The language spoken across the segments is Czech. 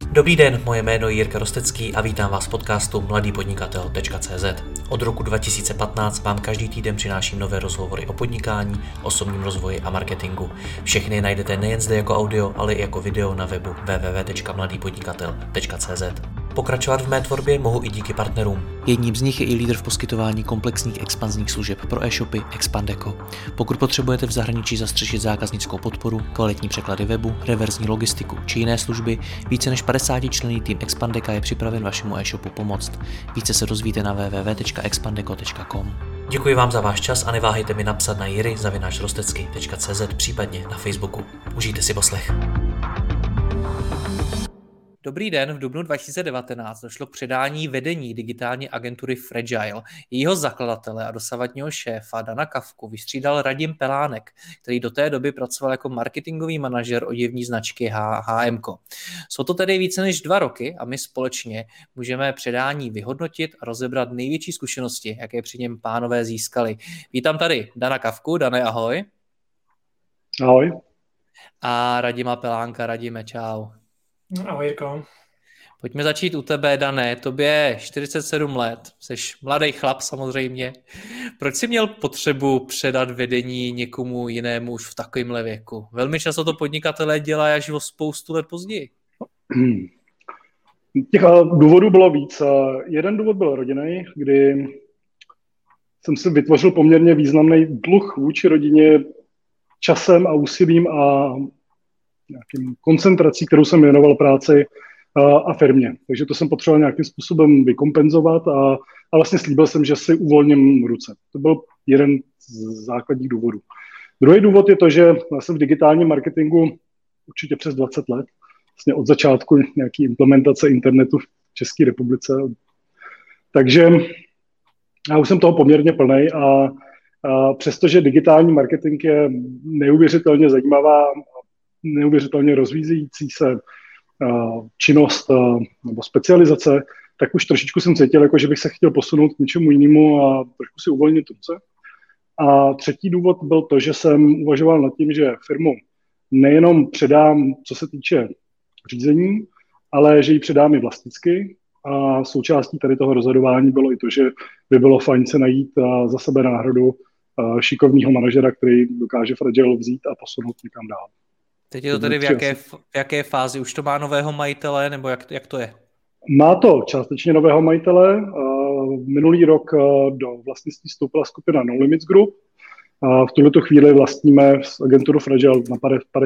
Dobrý den, moje jméno je Jirka Rostecký a vítám vás v podcastu mladýpodnikatel.cz. Od roku 2015 vám každý týden přináším nové rozhovory o podnikání, osobním rozvoji a marketingu. Všechny najdete nejen zde jako audio, ale i jako video na webu www.mladýpodnikatel.cz. Pokračovat v mé tvorbě mohu i díky partnerům. Jedním z nich je i lídr v poskytování komplexních expanzních služeb pro e-shopy Expandeco. Pokud potřebujete v zahraničí zastřešit zákaznickou podporu, kvalitní překlady webu, reverzní logistiku či jiné služby, více než 50členný tým Expandeca je připraven vašemu e-shopu pomoct. Více se dozvíte na www.expandeco.com. Děkuji vám za váš čas a neváhejte mi napsat na jiry@rostecky.cz, případně na Facebooku. Užijte si poslech. Dobrý den, v dubnu 2019 došlo k předání vedení digitální agentury Fragile. Jejího zakladatele a dosavadního šéfa Dana Kafku vystřídal Radim Pelánek, který do té doby pracoval jako marketingový manažer oděvní značky H&M. Jsou to tedy více než 2 roky a my společně můžeme předání vyhodnotit a rozebrat největší zkušenosti, jaké při něm pánové získali. Vítám tady Dana Kafku. Dane, ahoj. Ahoj. A Radima Pelánka. Radime, čau. Ahoj, Jirko. Pojďme začít u tebe, Dané. Tobě 47 let, jsi mladý chlap samozřejmě. Proč jsi měl potřebu předat vedení někomu jinému už v takovémhle věku? Velmi často to podnikatelé dělají až o spoustu let později. Těch důvodů bylo víc. Jeden důvod byl rodinný, kdy jsem si vytvořil poměrně významný dluh vůči rodině časem a úsilím a nějakým koncentrací, kterou jsem věnoval práci a firmě. Takže to jsem potřeboval nějakým způsobem vykompenzovat a vlastně slíbil jsem, že si uvolním ruce. To byl jeden z základních důvodů. Druhý důvod je to, že já jsem v digitálním marketingu určitě přes 20 let, vlastně od začátku nějaký implementace internetu v České republice. Takže já už jsem toho poměrně plnej a přestože digitální marketing je neuvěřitelně zajímavá, neuvěřitelně rozvíjející se činnost nebo specializace, tak už trošičku jsem cítil, jako že bych se chtěl posunout k něčemu jinému a trošku si uvolnit ruce. A třetí důvod byl to, že jsem uvažoval nad tím, že firmu nejenom předám, co se týče řízení, ale že ji předám i vlastnicky. A součástí tady toho rozhodování bylo i to, že by bylo fajn se najít za sebe náhradu šikovného manažera, který dokáže Fragile vzít a posunout někam dál. Teď je to tedy v jaké fázi? Už to má nového majitele, nebo jak to je? Má to částečně nového majitele. Minulý rok do vlastnictví vstoupila skupina No Limits Group. V tuhleto chvíli vlastníme agenturu Fragile na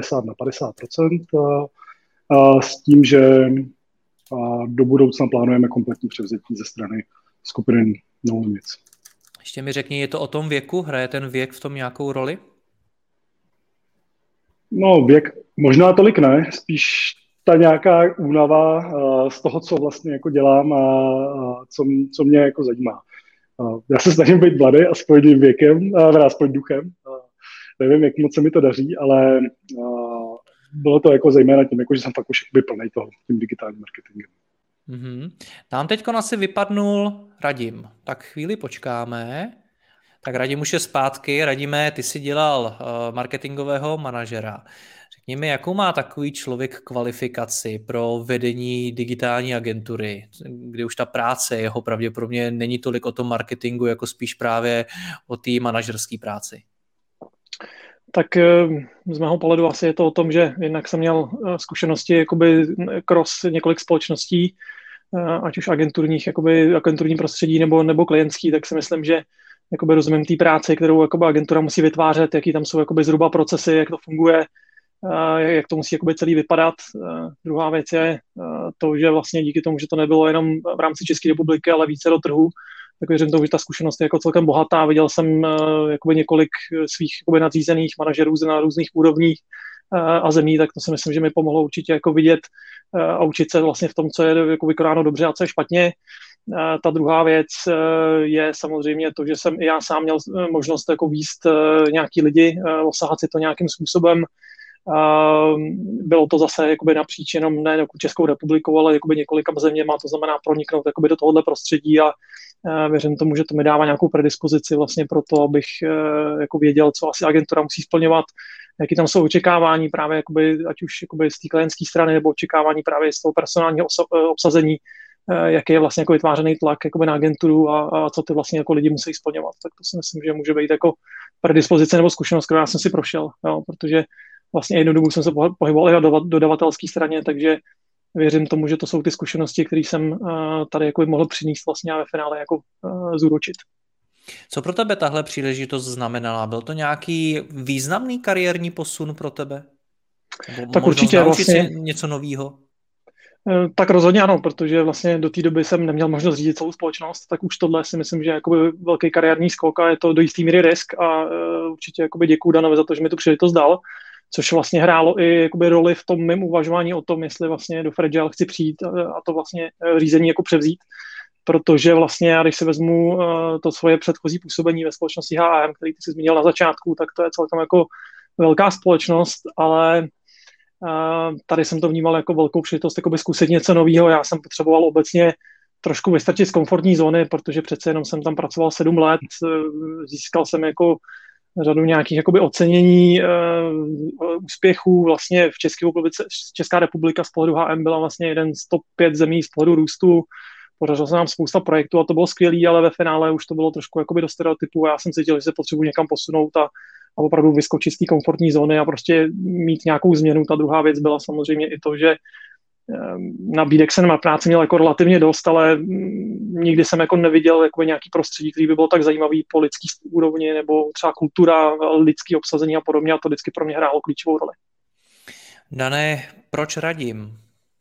50% s tím, že do budoucna plánujeme kompletní převzetí ze strany skupiny No Limits. Ještě mi řekni, je to o tom věku? Hraje ten věk v tom nějakou roli? No, věk možná tolik ne, spíš ta nějaká únava z toho, co vlastně jako dělám a co mě jako zajímá. Já se snažím být mladý a spojený věkem, aspoň duchem. Nevím, jak moc se mi to daří, ale bylo to jako zejména tím, jako, že jsem fakt už plnej toho tím digitálním marketingem. Mm-hmm. Nám teďko asi vypadnul Radim. Tak chvíli počkáme. Tak Radim už je zpátky. Radime, ty jsi dělal marketingového manažera. Řekni mi, jakou má takový člověk kvalifikaci pro vedení digitální agentury, kdy už ta práce jeho pravděpodobně není tolik o tom marketingu, jako spíš právě o té manažerské práci? Tak z mého pohledu asi je to o tom, že jednak jsem měl zkušenosti jakoby cross několik společností, ať už agenturní prostředí nebo klientský, tak si myslím, že jakoby rozumím té práci, kterou jakoby agentura musí vytvářet, jaký tam jsou jakoby zhruba procesy, jak to funguje, jak to musí jakoby celý vypadat. Druhá věc je to, že vlastně díky tomu, že to nebylo jenom v rámci České republiky, ale více do trhu, tak věřím tomu, že ta zkušenost je jako celkem bohatá. Viděl jsem jakoby několik svých jakoby nadřízených manažerů na různých úrovních a zemí, tak to si myslím, že mi pomohlo určitě jako vidět a učit se vlastně v tom, co je jako vykonáno dobře a co je špatně. Ta druhá věc je samozřejmě to, že jsem i já sám měl možnost jako vést nějaký lidi, osahat si to nějakým způsobem. Bylo to zase jakoby napříč jenom ne jako Českou republikou, ale jakoby několika zeměma, to znamená proniknout jakoby do tohohle prostředí a věřím tomu, že to mi dává nějakou predispozici vlastně pro to, abych jako věděl, co asi agentura musí splňovat jaký tam jsou očekávání právě jakoby, ať už jakoby z té klientské strany nebo očekávání právě z toho personálního obsazení, jaký je vlastně jako vytvářený tlak jakoby na agenturu a co ty vlastně jako lidi musí splňovat. Tak to si myslím, že může být jako predispozice nebo zkušenost, kterou já jsem si prošel, jo, protože vlastně jednu dobu jsem se pohyboval i na dodavatelské straně, takže věřím tomu, že to jsou ty zkušenosti, které jsem tady jako mohl přinést vlastně a ve finále jako zúročit. Co pro tebe tahle příležitost znamenala? Byl to nějaký významný kariérní posun pro tebe? Nebo tak určitě vlastně něco novýho? Tak rozhodně ano, protože vlastně do té doby jsem neměl možnost řídit celou společnost, tak už tohle si myslím, že je jakoby velký kariérní skok a je to do jistý míry risk a určitě jakoby děkuju Danovi za to, že mi tu příležitost dal, což vlastně hrálo i jakoby roli v tom mém uvažování o tom, jestli vlastně do Fragile chci přijít a to vlastně řízení jako převzít, protože vlastně já, když si vezmu to svoje předchozí působení ve společnosti H&M, který ty jsi zmínil na začátku, tak to je celkem jako velká společnost, ale tady jsem to vnímal jako velkou příležitost zkusit něco nového. Já jsem potřeboval obecně trošku vystačit z komfortní zóny, protože přece jenom jsem tam pracoval 7 let, získal jsem jako řadu nějakých jakoby ocenění, úspěchů. Vlastně v Česká republika z pohledu H&M byla vlastně jeden z top 5 zemí z pohledu růstu. Podařilo se nám spousta projektů a to bylo skvělý, ale ve finále už to bylo trošku jakoby do stereotypu a já jsem cítil, že se potřebuji někam posunout a opravdu vyskočit z té komfortní zóny a prostě mít nějakou změnu. Ta druhá věc byla samozřejmě i to, že nabídek jsem na práci měl jako relativně dost, ale nikdy jsem jako neviděl jako nějaký prostředí, který by bylo tak zajímavý po lidský úrovni nebo třeba kultura, lidský obsazení a podobně a to vždycky pro mě hrálo klíčovou roli. Dané, proč Radim?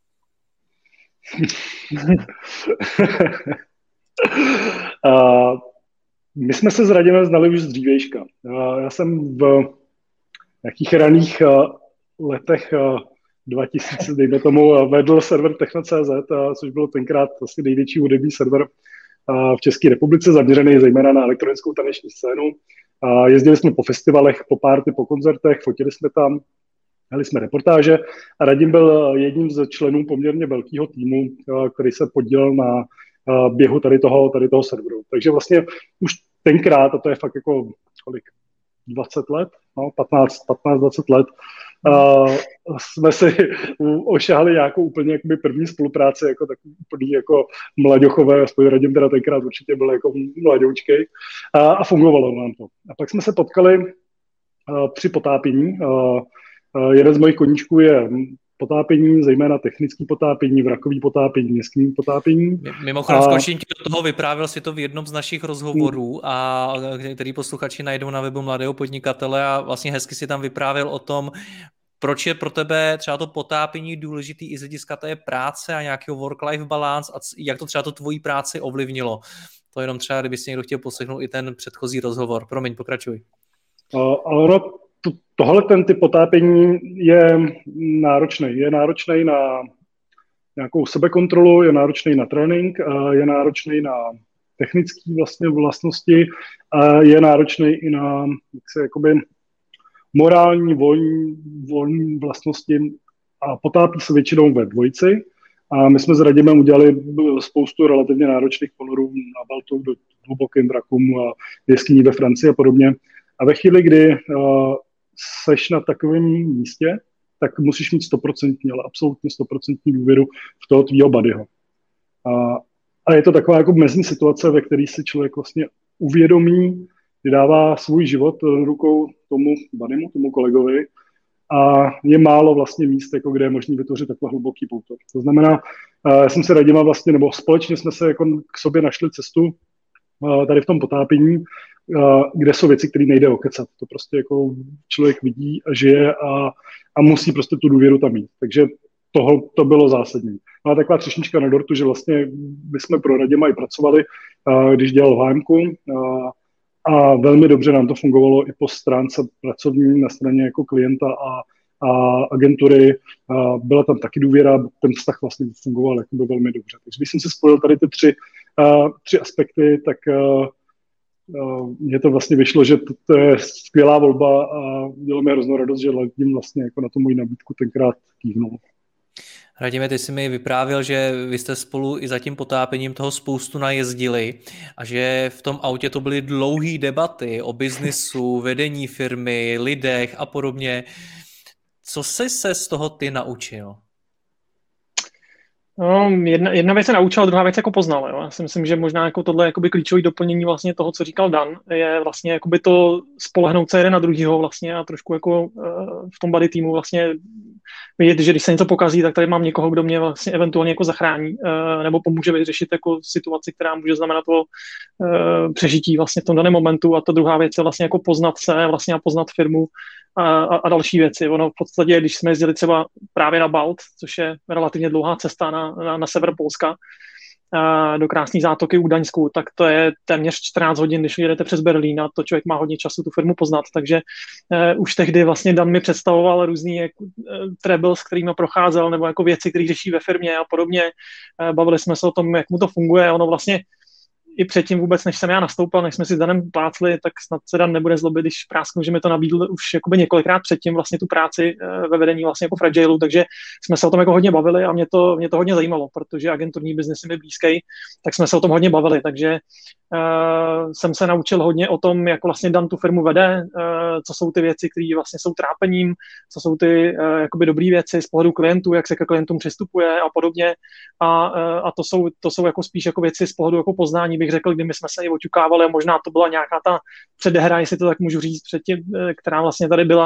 My jsme se s Radimem znali už z dřívějška. Já jsem v nějakých raných letech 2000, dejme tomu, vedl server Techno.cz, což bylo tenkrát asi největší hudební server v České republice, zaměřený zejména na elektronickou taneční scénu. Jezdili jsme po festivalech, po party, po koncertech, fotili jsme tam, měli jsme reportáže a Radim byl jedním z členů poměrně velkého týmu, který se podílel na běhu tady toho serveru. Takže vlastně už tenkrát, a to je fakt jako kolik, 20 let, no, 15-20 let, jsme si ošahli nějakou úplně jakoby první spolupráci, jako takový úplný jako mladěchové, aspoň Radim teda tenkrát určitě byl jako mladoučkej a fungovalo nám to. A pak jsme se potkali při potápění. Jeden z mojich koníčků je potápění, zejména technické potápění, vrakový potápění, městský potápění. Mimochodem, skočím ti do toho, vyprávěl si to v jednom z našich rozhovorů, a který posluchači najdou na webu Mladého podnikatele a vlastně hezky si tam vyprávěl o tom, proč je pro tebe třeba to potápění důležitý i z hlediska té práce a nějakého work-life balance a jak to třeba to tvojí práci ovlivnilo. To jenom třeba, kdyby si někdo chtěl poslechnout i ten předchozí rozhovor. Promiň, pokračuj. Tohle ten typ potápění je náročný. Je náročný na nějakou sebekontrolu, je náročný na trénink, je náročný na technické vlastně vlastnosti, je náročný i na jakoby morální, volní vlastnosti a potápí se většinou ve dvojici. A my jsme s Radimem udělali spoustu relativně náročných ponorů na Baltu, do hlubokým mrakům a jeskyní ve Francii a podobně. A ve chvíli, kdy seš na takovém místě, tak musíš mít 100%, ale absolutně 100% důvěru v toho tvýho buddyho. A je to taková jako mezní situace, ve které si člověk vlastně uvědomí, že dává svůj život do rukou tomu buddymu, tomu kolegovi a je málo vlastně míst, jako kde je možné vytvořit takové hluboký pouto. To znamená, já jsem se Radima vlastně, nebo společně jsme se jako k sobě našli cestu tady v tom potápění, kde jsou věci, které nejde okecat. To prostě jako člověk vidí a žije a musí prostě tu důvěru tam mít. Takže to bylo zásadní. No a taková třešnička na dortu, že vlastně my jsme pro Radima i pracovali, když dělal v HMku a velmi dobře nám to fungovalo i po stránce pracovní, na straně jako klienta a agentury. Byla tam taky důvěra, ten vztah vlastně fungoval jakoby velmi dobře. Takže když jsem si spojil tady ty tři aspekty, tak mně to vlastně vyšlo, že to je skvělá volba a dělo mi hroznou radost, že Radim vlastně jako na tu moji nabídku tenkrát kývnul. Radime, ty jsi mi vyprávěl, že vy jste spolu i za tím potápěním toho spoustu najezdili a že v tom autě to byly dlouhé debaty o biznisu, vedení firmy, lidech a podobně. Co jsi se z toho ty naučil? No, jedna věc se naučil, druhá věc jako poznal. Jo. Já si myslím, že možná jako tohle jakoby klíčové doplnění vlastně toho, co říkal Dan, je vlastně jakoby to spolehnout se jeden na druhýho vlastně a trošku jako v tom buddy týmu vlastně vidět, že když se něco pokazí, tak tady mám někoho, kdo mě vlastně eventuálně jako zachrání nebo pomůže vyřešit jako situaci, která může znamenat to přežití vlastně v tom daném momentu. A ta druhá věc je vlastně jako poznat se vlastně a poznat firmu a další věci. Ono v podstatě, když jsme jezdili třeba právě na Balt, což je relativně dlouhá cesta na sever Polska, do krásné zátoky u Gdaňsku, tak to je téměř 14 hodin, když jedete přes Berlín a to člověk má hodně času tu firmu poznat, takže už tehdy vlastně Dan mi představoval různý troubles, s kterými procházel, nebo jako věci, které řeší ve firmě a podobně. Bavili jsme se o tom, jak mu to funguje, ono vlastně i předtím vůbec, než jsem já nastoupil, než jsme si s Danem plácli, tak snad se Dan nebude zlobit, když prásknu, že mi to nabídl už jakoby několikrát předtím vlastně tu práci ve vedení vlastně jako Fragileu, takže jsme se o tom jako hodně bavili a mě to hodně zajímalo, protože agenturní biznes je mi blízký, tak jsme se o tom hodně bavili, takže jsem se naučil hodně o tom, jak vlastně Dan tu firmu vede, co jsou ty věci, které vlastně jsou trápením, co jsou ty jakoby dobré věci z pohledu klientů, jak se ke klientům přistupuje a podobně a to jsou jako spíš jako věci z pohledu jako poznání, bych řekl, kdy my jsme se i oťukávali a možná to byla nějaká ta předehra, jestli to tak můžu říct předtím, která vlastně tady byla,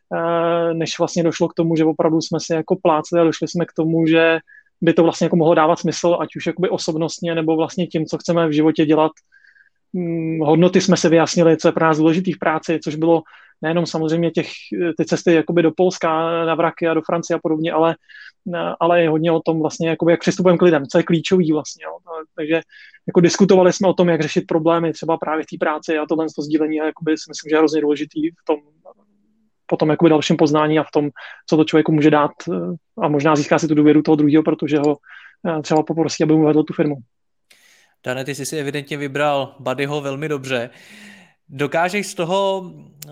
než vlastně došlo k tomu, že opravdu jsme si jako plácli a došli jsme k tomu, že by to vlastně jako mohlo dávat smysl, ať už jakoby osobnostně, nebo vlastně tím, co chceme v životě dělat. Hodnoty jsme se vyjasnili, co je pro nás důležitý v práci, což bylo nejenom samozřejmě ty cesty jakoby do Polska, na Vraky a do Francie a podobně, ale je hodně o tom vlastně, jakoby, jak přistupujeme k lidem, co je klíčový vlastně. Jo. Takže jako diskutovali jsme o tom, jak řešit problémy třeba právě v té práci a tohle sdílení a jakoby si myslím, že je hrozně důležitý v tom potom jakoby dalším poznání a v tom, co to člověku může dát a možná získá si tu důvěru toho druhého, protože ho třeba poprosí, aby mu vedl tu firmu. Dane, ty jsi si evidentně vybral Buddyho velmi dobře. Dokážeš z toho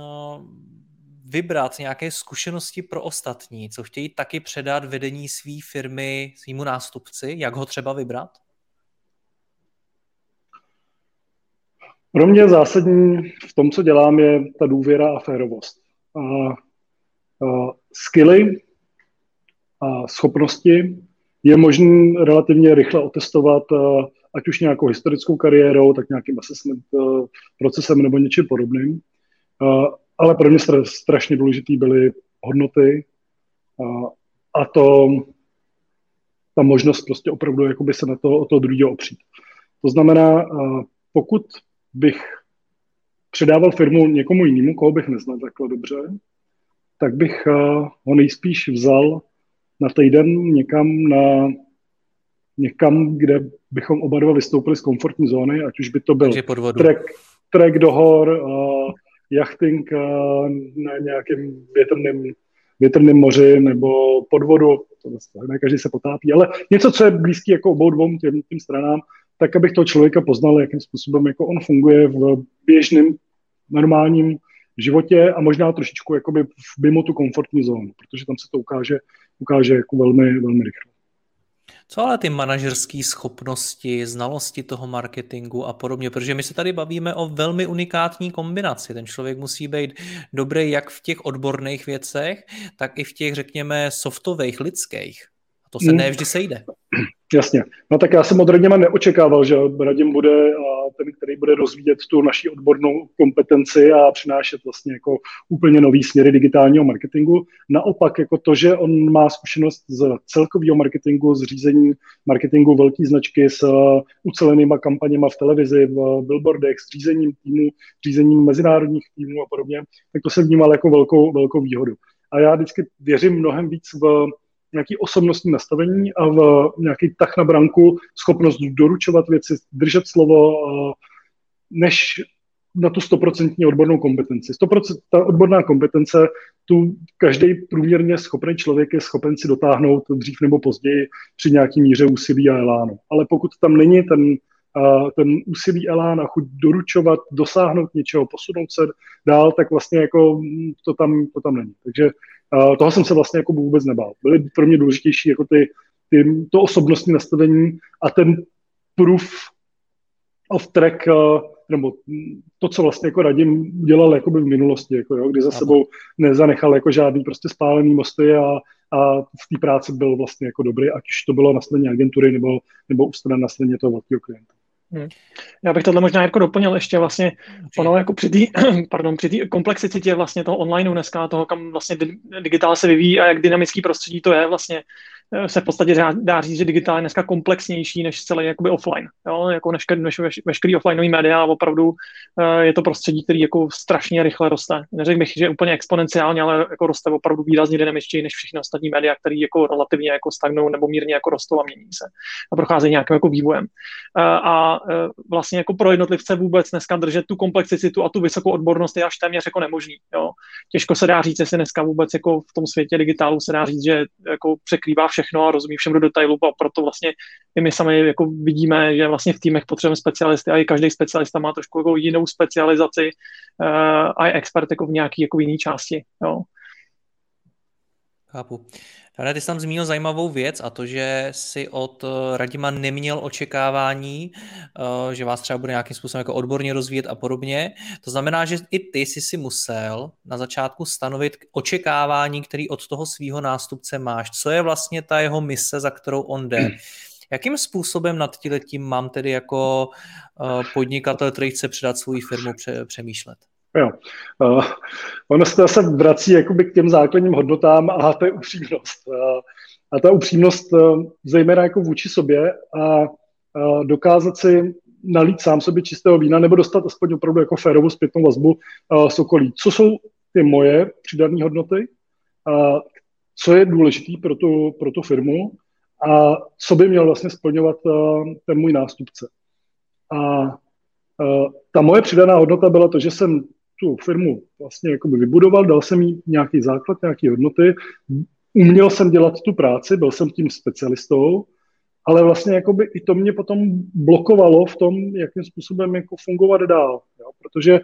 vybrat nějaké zkušenosti pro ostatní, co chtějí taky předat vedení své firmy svýmu nástupci? Jak ho třeba vybrat? Pro mě zásadní v tom, co dělám, je ta důvěra a férovost. Skilly a schopnosti je možné relativně rychle otestovat, ať už nějakou historickou kariérou, tak nějakým assessment procesem nebo něčím podobným. Ale pro mě strašně důležitý byly hodnoty a ta možnost prostě opravdu jakoby se na to, o toho druhého opřít. To znamená, pokud bych předával firmu někomu jinému, koho bych neznal takhle dobře, tak bych ho nejspíš vzal na týden někam, kde bychom oba dva vystoupili z komfortní zóny, ať už by to byl trek do hor, jachting na nějakém větrném moři nebo pod vodu, ne každý se potápí, ale něco, co je blízký jako obou dvou těm stranám, tak abych toho člověka poznal, jakým způsobem jako on funguje v běžném, normálním životě a možná trošičku jakoby mimo tu komfortní zónu, protože tam se to ukáže jako velmi, velmi rychle. Co ale ty manažerské schopnosti, znalosti toho marketingu a podobně, protože my se tady bavíme o velmi unikátní kombinaci. Ten člověk musí být dobrý jak v těch odborných věcech, tak i v těch, řekněme, softových, lidských. A to se nevždy sejde. Jasně. No tak já jsem od Radima neočekával, že Radim bude ten, který bude rozvíjet tu naši odbornou kompetenci a přinášet vlastně jako úplně nový směry digitálního marketingu. Naopak jako to, že on má zkušenost z celkového marketingu, z řízení marketingu velké značky s ucelenýma kampaněma v televizi, v billboardech, s řízením týmů, řízením mezinárodních týmů a podobně, tak to jsem vnímal jako velkou výhodu. A já vždycky věřím mnohem víc v nějaký osobnostní nastavení a v nějaký tah na branku, schopnost doručovat věci, držet slovo, než na tu 100% odbornou kompetenci. 100% ta odborná kompetence, tu každý průměrně schopný člověk je schopen si dotáhnout dřív nebo později při nějaký míře úsilí a elánu. Ale pokud tam není ten úsilí, elán a chuť doručovat, dosáhnout něčeho, posunout se dál, tak vlastně jako to tam není. Takže toho jsem se vlastně jako vůbec nebál. Byly pro mě důležitější jako ty to osobnostní nastavení a ten proof of track, nebo to, co vlastně jako Radim dělal jakoby v minulosti, jako jo, kdy za sebou nezanechal jako žádný prostě spálený mosty a v té práci byl vlastně jako dobrý, ať už to bylo na straně agentury nebo na straně toho velkého klienta. Já bych tohle možná jako doplnil ještě vlastně, ono jako při té komplexitě vlastně toho online dneska, toho, kam vlastně digitál se vyvíjí a jak dynamický prostředí to je, vlastně se v podstatě dá říct, že digitál je dneska komplexnější než celý jakoby offline, jo? Jako než veškerý offlineový média, opravdu je to prostředí, který jako strašně rychle roste. Neřekl bych, že úplně exponenciálně, ale jako roste opravdu výrazně dynamičtěji než všechny ostatní média, které jako relativně jako stagnou nebo mírně jako rostou a mění se a procházejí nějakým jako vývojem. A vlastně jako pro jednotlivce vůbec dneska držet tu komplexitu a tu vysokou odbornost je až téměř jako nemožný. Jo? Těžko se dá říct, jestli dneska vůbec jako v tom světě digitálu se dá říct, že jako překrývá všechno a rozumí všem do detailu a proto vlastně i my sami jako vidíme, že vlastně v týmech potřebujeme specialisty a i každý specialista má trošku jako jinou specializaci a je expert jako v nějaký jako jiný části. Jo. Chápu. Dane, ty jsi tam zmínil zajímavou věc a to, že si od Radima neměl očekávání, že vás třeba bude nějakým způsobem jako odborně rozvíjet a podobně. To znamená, že i ty jsi si musel na začátku stanovit očekávání, který od toho svýho nástupce máš. Co je vlastně ta jeho mise, za kterou on jde? Jakým způsobem nad tím mám tedy jako podnikatel, který chce předat svou firmu, přemýšlet? Jo. Ono se zase vrací jakoby k těm základním hodnotám a to je upřímnost. A ta upřímnost zejména jako vůči sobě a dokázat si nalít sám sobě čistého vína nebo dostat aspoň opravdu jako férovou zpětnou vazbu z okolí. Co jsou ty moje přidané hodnoty, co je důležitý pro tu firmu a co by měl vlastně splňovat ten můj nástupce. A ta moje přidaná hodnota byla to, že jsem tu firmu vlastně jakoby vybudoval, dal jsem jí nějaký základ, nějaké hodnoty, uměl jsem dělat tu práci, byl jsem tím specialistou, ale vlastně jakoby i to mě potom blokovalo v tom, jakým způsobem jako fungovat dál, jo? Protože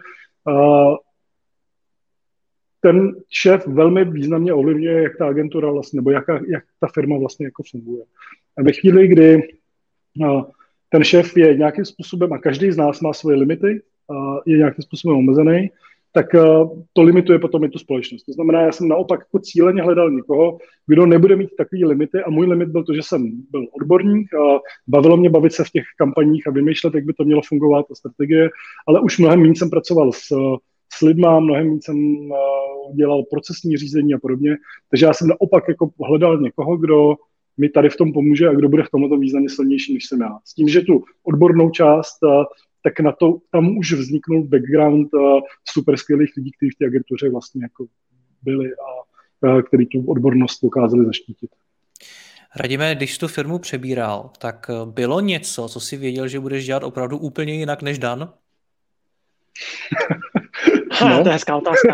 ten šéf velmi významně ovlivňuje, jak ta agentura vlastně, nebo jak ta firma vlastně jako funguje. A ve chvíli, kdy ten šéf je nějakým způsobem, a každý z nás má svoje limity, je nějakým způsobem omezený, tak to limituje potom i tu společnost. To znamená, já jsem naopak jako cíleně hledal někoho, kdo nebude mít takový limity a můj limit byl to, že jsem byl odborník a bavilo mě bavit se v těch kampaních a vymýšlet, jak by to mělo fungovat a strategie, ale už mnohem méně jsem pracoval s lidma, mnohem méně jsem dělal procesní řízení a podobně, takže já jsem naopak jako hledal někoho, kdo mi tady v tom pomůže a kdo bude v tomto významně silnější, než jsem já. S tím, že tu odbornou část, tak na to tam už vzniknul background super skvělých lidí, kteří v té agentuře vlastně jako byli a kteří tu odbornost dokázali zaštítit. Radime, když tu firmu přebíral, tak bylo něco, co si věděl, že budeš dělat opravdu úplně jinak než Dan? To je hezká otázka.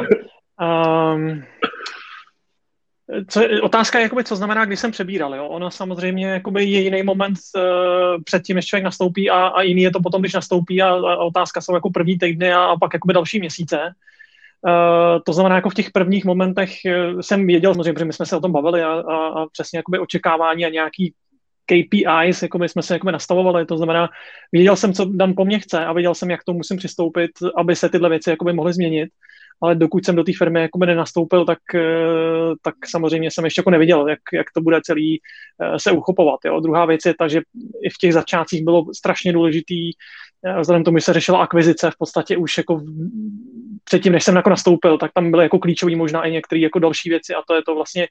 Otázka je, jakoby, co znamená, když jsem přebíral. Jo? Ono samozřejmě jakoby, je jiný moment předtím, než člověk nastoupí a jiný je to potom, když nastoupí a otázka jsou jako první týdny a pak jakoby další měsíce. To znamená, jako v těch prvních momentech jsem věděl, samozřejmě, protože my jsme se o tom bavili a přesně jakoby očekávání a nějaký KPIs, jakoby jsme se jakoby nastavovali, to znamená, věděl jsem, co Dan po mně chce a věděl jsem, jak to musím přistoupit, aby se tyhle věci jakoby mohly změnit, ale dokud jsem do té firmy jakoby nenastoupil, tak samozřejmě jsem ještě jako neviděl, jak to bude celý se uchopovat. Jo. Druhá věc je ta, že i v těch začátcích bylo strašně důležitý, vzhledem tomu, že se řešila akvizice v podstatě už jako předtím, než jsem jako nastoupil, tak tam byly jako klíčový možná i některé jako další věci a to je to vlastně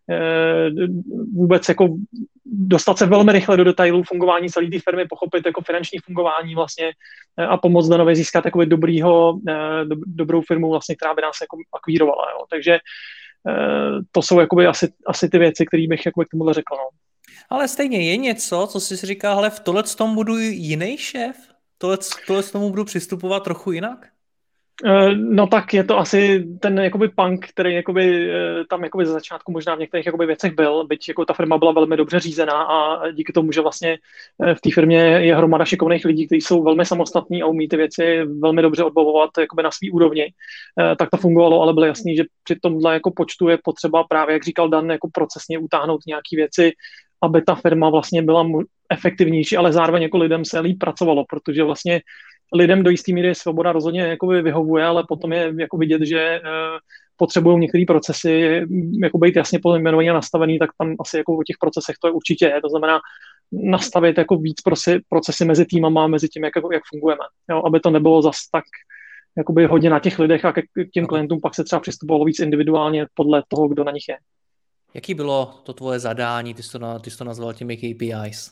vůbec jako dostat se velmi rychle do detailů fungování celé té firmy, pochopit jako finanční fungování vlastně a pomoct Danovi získat takový dobrou firmu vlastně, která by nás jako akvírovala. Jo. Takže to jsou jakoby asi ty věci, které bych jakoby k tomuhle řekl. No. Ale stejně je něco, co jsi říkal, hele, v tohletom budu jiný šéf? Tohle tomu budu přistupovat trochu jinak? No tak je to asi ten jakoby punk, který jakoby, tam jakoby za začátku možná v některých jakoby věcech byl, byť jako ta firma byla velmi dobře řízená a díky tomu, že vlastně v té firmě je hromada šikovných lidí, kteří jsou velmi samostatní a umí ty věci velmi dobře odbavovat jakoby na svý úrovni, tak to fungovalo, ale bylo jasný, že při tomhle jako počtu je potřeba právě, jak říkal Dan, jako procesně utáhnout nějaké věci aby ta firma vlastně byla efektivnější, ale zároveň jako lidem se líp pracovalo, protože vlastně lidem do jistý míry svoboda rozhodně jakoby vyhovuje, ale potom je jako vidět, že potřebují některé procesy jako být jasně pojmenovaný a nastavený, tak tam asi jako o těch procesech to je určitě je. To znamená nastavit jako víc procesy mezi týmama, mezi tím, jak fungujeme. Jo? Aby to nebylo zas tak jakoby hodně na těch lidech a k těm klientům pak se třeba přistupovalo víc individuálně podle toho, kdo na nich je. Jaký bylo to tvoje zadání? Ty jsi to nazval těmi KPIs.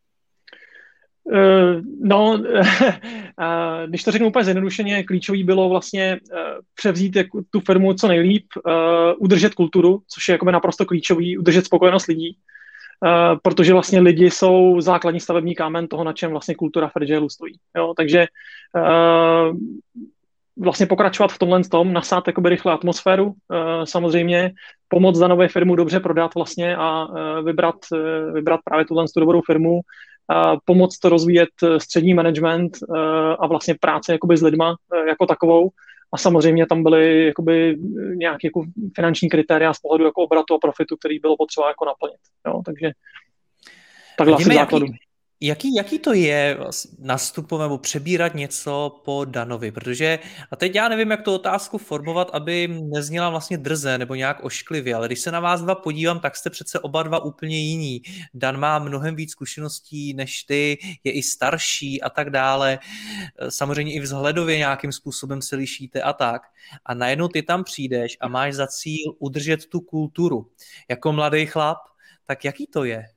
No, když to řeknu úplně zjednodušeně, klíčový bylo vlastně převzít tu firmu co nejlíp, udržet kulturu, což je jakoby naprosto klíčový, udržet spokojenost lidí, protože vlastně lidi jsou základní stavební kámen toho, na čem vlastně kultura Fairagelu stojí. Jo? Takže vlastně pokračovat v tomhle tom, nasát jakoby rychle atmosféru, samozřejmě pomoct danové firmu dobře prodat vlastně a vybrat právě tuhle dobrou firmu, pomoct to rozvíjet střední management a vlastně práce jakoby s lidma jako takovou. A samozřejmě tam byly jakoby nějaké jako finanční kritéria z pohledu jako obratu a profitu, který bylo potřeba jako naplnit. Jo, takže takhle asi základu. Jaký to je nastupovat nebo přebírat něco po Danovi? Protože, a teď já nevím, jak tu otázku formovat, aby nezněla vlastně drze nebo nějak ošklivě, ale když se na vás dva podívám, tak jste přece oba dva úplně jiní. Dan má mnohem víc zkušeností než ty, je i starší a tak dále. Samozřejmě i vzhledově nějakým způsobem se lišíte a tak. A najednou ty tam přijdeš a máš za cíl udržet tu kulturu. Jako mladý chlap, tak jaký to je?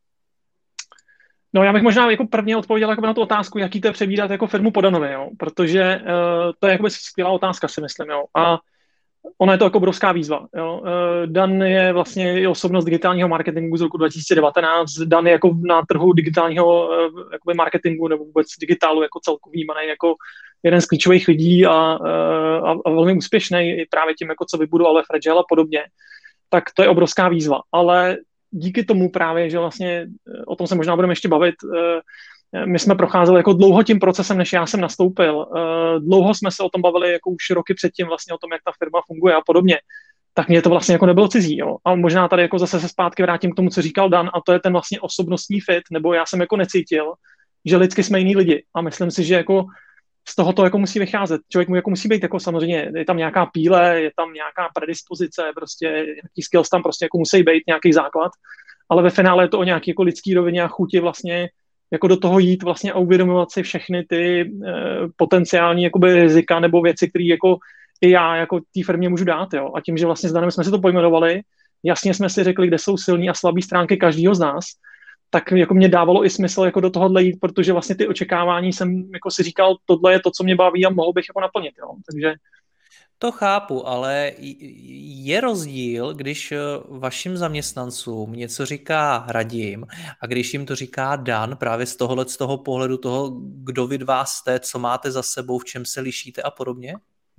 No já bych možná jako prvně odpověděl jako na tu otázku, jaký to je přebírat jako firmu po Danovi, jo? Protože to je jakoby skvělá otázka, si myslím. Jo? A ona je to jako obrovská výzva. Jo? Dan je vlastně osobnost digitálního marketingu z roku 2019. Dan je jako na trhu digitálního jakoby marketingu nebo vůbec digitálu jako celku vnímaný jako jeden z klíčových lidí a velmi úspěšný i právě tím, jako co vybudoval ve Fairagelu a podobně. Tak to je obrovská výzva. Ale díky tomu právě, že vlastně o tom se možná budeme ještě bavit, my jsme procházeli jako dlouho tím procesem, než já jsem nastoupil. Dlouho jsme se o tom bavili jako už roky předtím vlastně o tom, jak ta firma funguje a podobně. Tak mě to vlastně jako nebylo cizí. Jo? A možná tady jako zase se zpátky vrátím k tomu, co říkal Dan, a to je ten vlastně osobnostní fit, nebo já jsem jako necítil, že lidsky jsme jiný lidi. A myslím si, že jako z toho to jako musí vycházet. Člověk mu jako musí být jako samozřejmě, je tam nějaká píle, je tam nějaká predispozice, prostě nějaký skills tam prostě jako musí být, nějaký základ, ale ve finále je to o nějaký jako lidský rovině a chuti vlastně jako do toho jít vlastně a uvědomovat si všechny ty potenciální jakoby rizika nebo věci, které jako i já jako té firmě můžu dát, jo. A tím, že vlastně s Danem jsme si to pojmenovali, jasně jsme si řekli, kde jsou silné a slabé stránky každého z nás, tak jako mě dávalo i smysl jako do tohohle jít, protože vlastně ty očekávání jsem jako si říkal, tohle je to, co mě baví a mohl bych jako naplnit. Jo. Takže to chápu, ale je rozdíl, když vašim zaměstnancům něco říká Radim a když jim to říká Dan právě z toho pohledu toho, kdo vy dva jste, co máte za sebou, v čem se lišíte a podobně?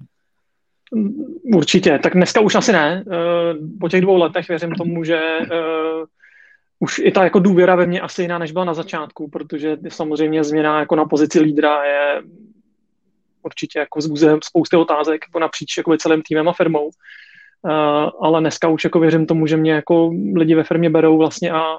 Určitě, tak dneska už asi ne. Po těch 2 letech věřím tomu, že už i ta jako důvěra ve mně asi jiná, než byla na začátku, protože samozřejmě změna jako na pozici lídra je určitě jako vzbuzuje spousty otázek jako napříč jako celým týmem a firmou. Ale dneska už jako věřím tomu, že mě jako lidi ve firmě berou vlastně a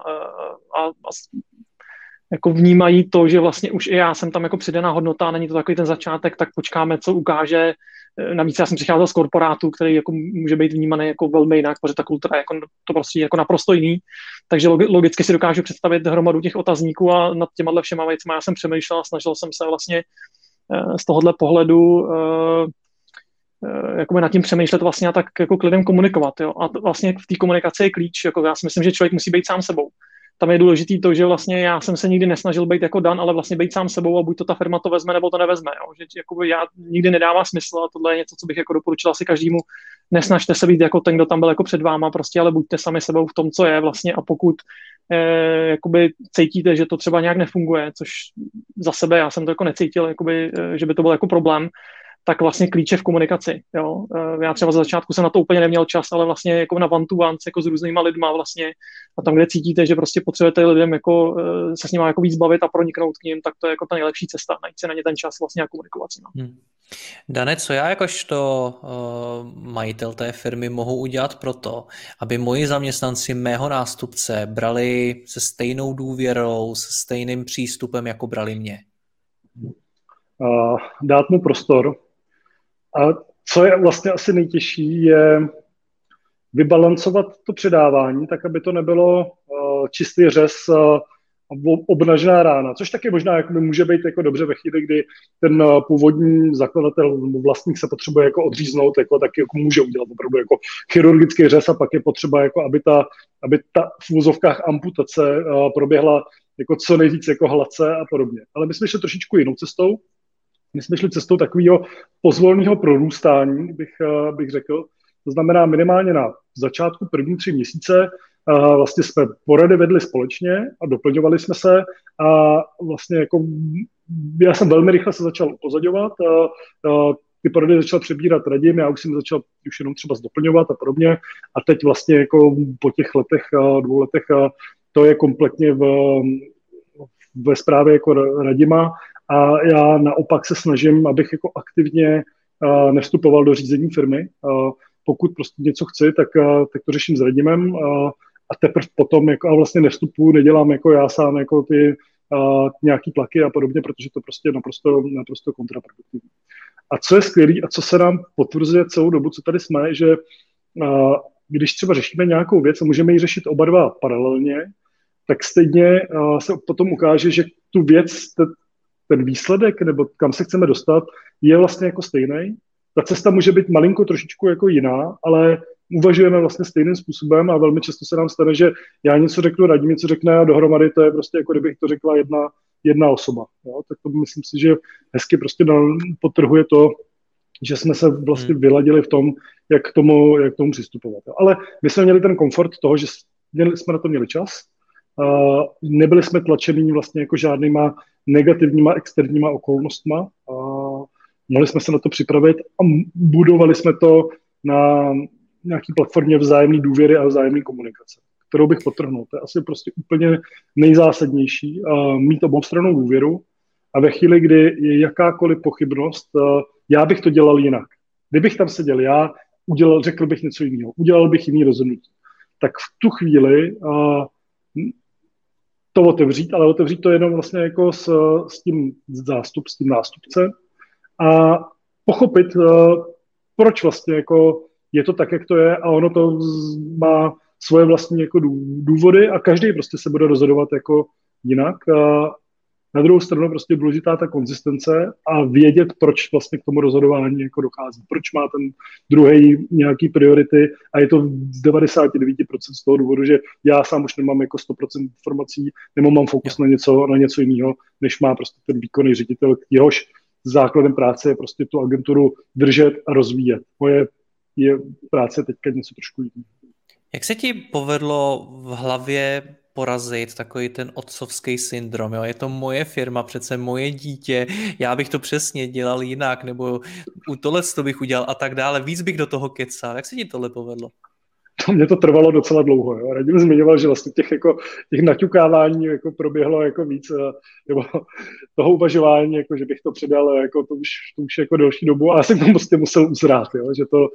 jako vnímají to, že vlastně už i já jsem tam jako přidaná hodnota, není to takový ten začátek, tak počkáme, co ukáže. Navíc já jsem přicházel z korporátu, který jako může být vnímaný jako velmi jinak, protože ta kultura je jako to prostě jako naprosto jiný. Takže logicky si dokážu představit hromadu těch otazníků a nad těma všema věcma já jsem přemýšlel a snažil jsem se vlastně z tohohle pohledu jakoby nad tím přemýšlet vlastně a tak jako k lidem komunikovat. Jo? A vlastně v té komunikaci je klíč. Jako já si myslím, že člověk musí být sám sebou. Tam je důležitý to, že vlastně já jsem se nikdy nesnažil být jako Dan, ale vlastně být sám sebou a buď to ta firma to vezme, nebo to nevezme. Jo? Že jako já nikdy nedává smysl a tohle je něco, co bych jako doporučila si každému. Nesnažte se být jako ten, kdo tam byl jako před váma, prostě, ale buďte sami sebou v tom, co je vlastně a pokud jakoby cítíte, že to třeba nějak nefunguje, což za sebe já jsem to jako necítil, jakoby, že by to byl jako problém, tak vlastně klíče v komunikaci. Jo. Já třeba za začátku jsem na to úplně neměl čas, ale vlastně jako na one-to-one jako s různýma lidma vlastně a tam, kde cítíte, že prostě potřebujete lidem jako se s nimi jako víc bavit a proniknout k ním, tak to je jako ta nejlepší cesta, najít si na ně ten čas vlastně a komunikovat s nimi. Dane, co já jakožto majitel té firmy mohu udělat pro to, aby moji zaměstnanci mého nástupce brali se stejnou důvěrou, se stejným přístupem, jako brali mě? Dát mu prostor. A co je vlastně asi nejtěžší, je vybalancovat to předávání, tak aby to nebylo čistý řez obnažená rána, což taky možná jakoby může být jako dobře ve chvíli, kdy ten původní zakladatel nebo vlastník se potřebuje jako odříznout, jako taky jako může udělat opravdu jako chirurgický řez a pak je potřeba, jako aby ta v úvozovkách amputace proběhla jako co nejvíc jako hladce a podobně. Ale my jsme šli trošičku jinou cestou. My jsme šli cestou takového pozvolného prorůstání, bych řekl. To znamená minimálně na začátku první 3 měsíce vlastně jsme porady vedli společně a doplňovali jsme se a vlastně jako já jsem velmi rychle se začal upozaďovat ty porady začal přebírat Radim, já už jsem začal už jenom třeba zdoplňovat a podobně a teď vlastně jako po těch letech, 2 letech to je kompletně ve správě jako Radima a já naopak se snažím, abych jako aktivně nevstupoval do řízení firmy. Pokud prostě něco chci, tak to řeším s Radimem a teprve potom jako, a vlastně nevstupuji, nedělám jako já sám jako ty nějaký tlaky a podobně, protože to prostě je naprosto kontraproduktivní. A co je skvělý a co se nám potvrzuje celou dobu, co tady jsme, že když třeba řešíme nějakou věc a můžeme ji řešit oba dva paralelně, tak stejně se potom ukáže, že tu věc, ten výsledek, nebo kam se chceme dostat, je vlastně jako stejný. Ta cesta může být malinko trošičku jako jiná, ale uvažujeme vlastně stejným způsobem a velmi často se nám stane, že já něco řeknu, Radim něco řekne a dohromady to je prostě jako kdybych to řekla jedna osoba. Jo? Tak to myslím si, že hezky prostě podtrhuje to, že jsme se vlastně vyladili v tom, jak k tomu přistupovat. Jo? Ale my jsme měli ten komfort toho, že jsme na to měli čas, nebyli jsme tlačení vlastně jako žádnýma negativníma externíma okolnostma, mohli jsme se na to připravit a budovali jsme to na nějaký platformě vzájemné důvěry a vzájemné komunikace, kterou bych podtrhnul. To je asi prostě úplně nejzásadnější, mít oboustrannou důvěru a ve chvíli, kdy je jakákoliv pochybnost, já bych to dělal jinak. Kdybych tam seděl já, řekl bych něco jiného, udělal bych jiný rozhodnutí. Tak v tu chvíli to otevřít, ale otevřít to jenom vlastně jako s tím nástupcem a pochopit, proč vlastně jako je to tak, jak to je a ono to má svoje vlastní jako důvody a každý prostě se bude rozhodovat jako jinak. Na druhou stranu prostě je důležitá ta konzistence a vědět, proč vlastně k tomu rozhodování jako dochází. Proč má ten druhý nějaký priority a je to z 99% z toho důvodu, že já sám už nemám jako 100% informací, nebo mám fokus na něco jiného, než má prostě ten výkonný ředitel, jehož základem práce je prostě tu agenturu držet a rozvíjet. Moje práce teďka něco trošku jiného. Jak se ti povedlo v hlavě porazit takový ten otcovský syndrom? Jo? Je to moje firma, přece moje dítě, já bych to přesně dělal jinak, nebo u tohle to bych udělal a tak dále. Víc bych do toho kecal. Jak se ti tohle povedlo? Mě to trvalo docela dlouho. Jo. Radim zmiňoval, že vlastně těch naťukávání jako proběhlo jako víc, nebo toho uvažování, jako, že bych to předal, jako to už jako delší dobu, a já jsem to prostě musel uzrát, jo, že to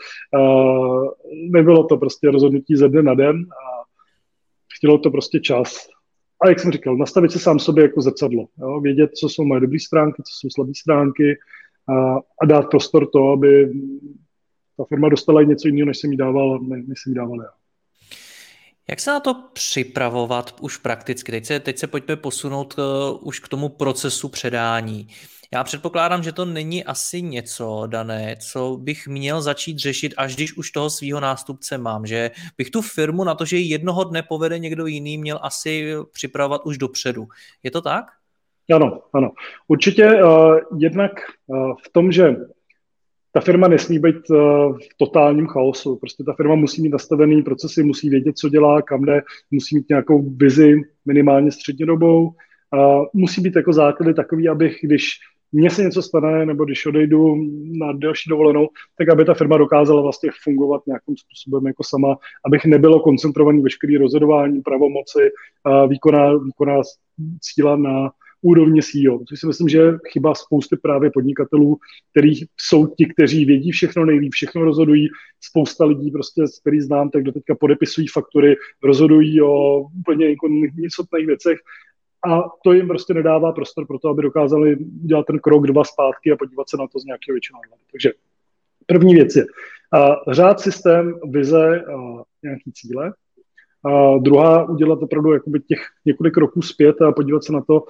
nebylo to prostě rozhodnutí ze dne na den a chtělo to prostě čas. A jak jsem říkal, nastavit se sám sobě jako zrcadlo, jo, vědět, co jsou moje dobré stránky, co jsou slabé stránky a dát prostor to, aby ta firma dostala i něco jiného, než jsem jí dával já. Jak se na to připravovat už prakticky? Teď se pojďme posunout už k tomu procesu předání. Já předpokládám, že to není asi něco, Dané, co bych měl začít řešit, až když už toho svýho nástupce mám, že bych tu firmu na to, že jednoho dne povede někdo jiný, měl asi připravovat už dopředu. Je to tak? Ano. Určitě jednak v tom, že ta firma nesmí být v totálním chaosu. Prostě ta firma musí mít nastavený procesy, musí vědět, co dělá, kam jde, musí mít nějakou vizi minimálně střednědobou. Musí být jako základy takový, abych, když mně se něco stane, nebo když odejdu na další dovolenou, tak aby ta firma dokázala vlastně fungovat nějakým způsobem jako sama, abych nebylo koncentrovaný veškerý rozhodování, pravomoci, výkonná cíla na úrovni CEO. Což si myslím, že je chyba spousty právě podnikatelů, kterých jsou ti, kteří vědí všechno nejlíp, všechno rozhodují. Spousta lidí, prostě, který znám, tak do teďka podepisují faktury, rozhodují o úplně jako nicotných věcech a to jim prostě nedává prostor pro to, aby dokázali dělat ten krok 2 zpátky a podívat se na to z nějakého většinou. Takže první věc je řád, systém, vize, nějaký cíle. A druhá, udělat opravdu jakoby těch několik kroků zpět a podívat se na to,